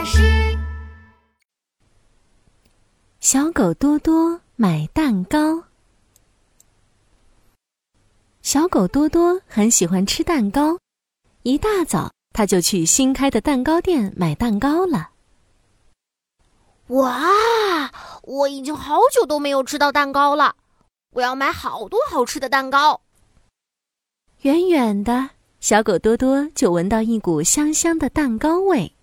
巴士。小狗多多买蛋糕。小狗多多很喜欢吃蛋糕，一大早他就去新开的蛋糕店买蛋糕了。 哇，我已经好久都没有吃到蛋糕了，我要买好多好吃的蛋糕。 远远的，小狗多多就闻到一股香香的蛋糕味。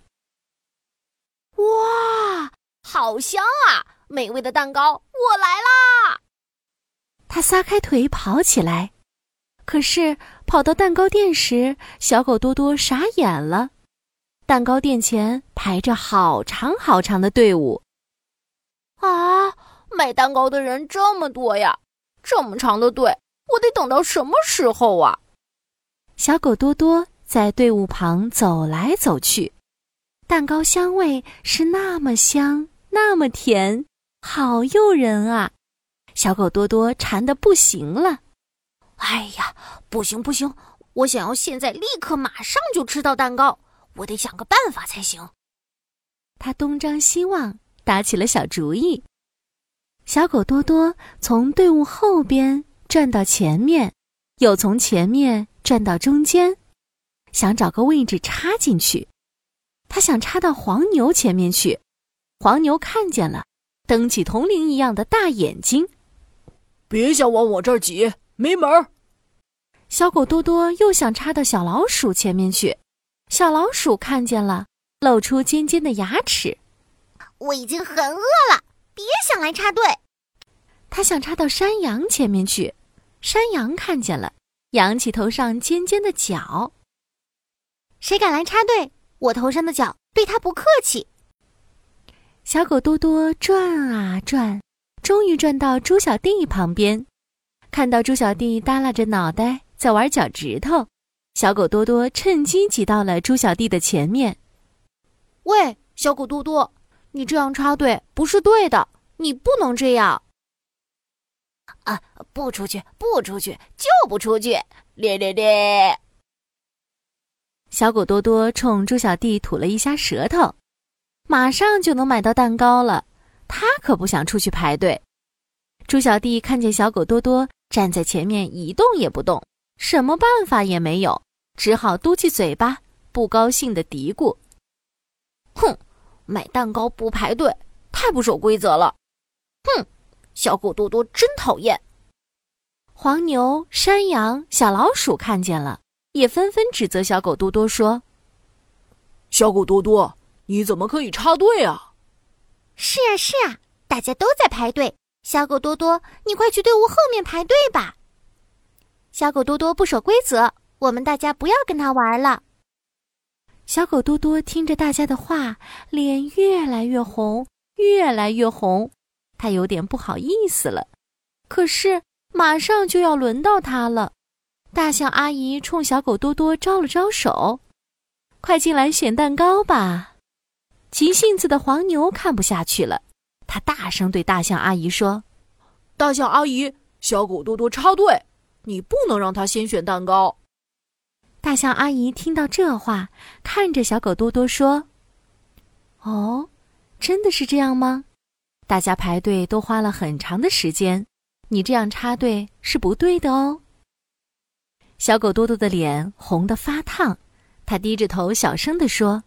哇，好香啊！美味的蛋糕，我来啦！ 他撒开腿跑起来，可是跑到蛋糕店时，小狗多多傻眼了。蛋糕店前排着好长好长的队伍。 啊，买蛋糕的人这么多呀，这么长的队，我得等到什么时候啊？ 小狗多多在队伍旁走来走去，蛋糕香味是那么香，那么甜，好诱人啊！小狗多多馋得不行了。 哎呀，不行，我想要现在立刻马上就吃到蛋糕，我得想个办法才行。 他东张西望，打起了小主意。小狗多多从队伍后边转到前面，又从前面转到中间，想找个位置插进去。他想插到黄牛前面去，黄牛看见了，瞪起铜铃一样的大眼睛。 别想往我这儿挤，没门儿！ 小狗多多又想插到小老鼠前面去，小老鼠看见了，露出尖尖的牙齿。 我已经很饿了，别想来插队。 他想插到山羊前面去，山羊看见了，扬起头上尖尖的角。 谁敢来插队，我头上的角对他不客气。 小狗多多转啊转，终于转到猪小弟旁边，看到猪小弟耷拉着脑袋在玩脚趾头，小狗多多趁机挤到了猪小弟的前面。 喂，小狗多多，你这样插队不是对的，你不能这样。啊，不出去，就不出去，咧。 小狗多多冲猪小弟吐了一下舌头，马上就能买到蛋糕了，他可不想出去排队。猪小弟看见小狗多多站在前面一动也不动，什么办法也没有，只好嘟起嘴巴，不高兴地嘀咕： 哼，买蛋糕不排队，太不守规则了。哼，小狗多多真讨厌。 黄牛、山羊、小老鼠看见了，也纷纷指责小狗多多说： 小狗多多，你怎么可以插队啊？ 是啊，大家都在排队，小狗多多，你快去队伍后面排队吧。小狗多多不守规则，我们大家不要跟他玩了。 小狗多多听着大家的话，脸越来越红，越来越红，他有点不好意思了。可是马上就要轮到他了。大象阿姨冲小狗多多招了招手：快进来选蛋糕吧。急性子的黄牛看不下去了，他大声对大象阿姨说： 大象阿姨，小狗多多插队，你不能让他先选蛋糕。 大象阿姨听到这话，看着小狗多多说：哦，真的是这样吗？大家排队都花了很长的时间，你这样插队是不对的哦。小狗多多的脸红得发烫，他低着头小声地说：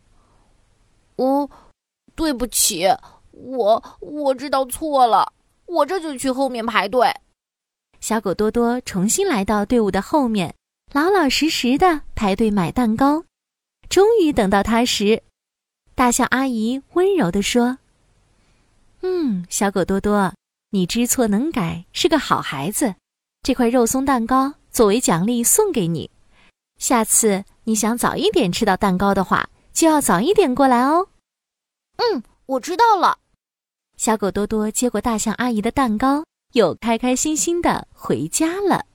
对不起，我知道错了，我这就去后面排队。 小狗多多重新来到队伍的后面，老老实实地排队买蛋糕。终于等到他时，大象阿姨温柔地说：小狗多多，你知错能改，是个好孩子，这块肉松蛋糕作为奖励送给你，下次你想早一点吃到蛋糕的话，就要早一点过来哦。 我知道了。 小狗多多接过大象阿姨的蛋糕，又开开心心地回家了。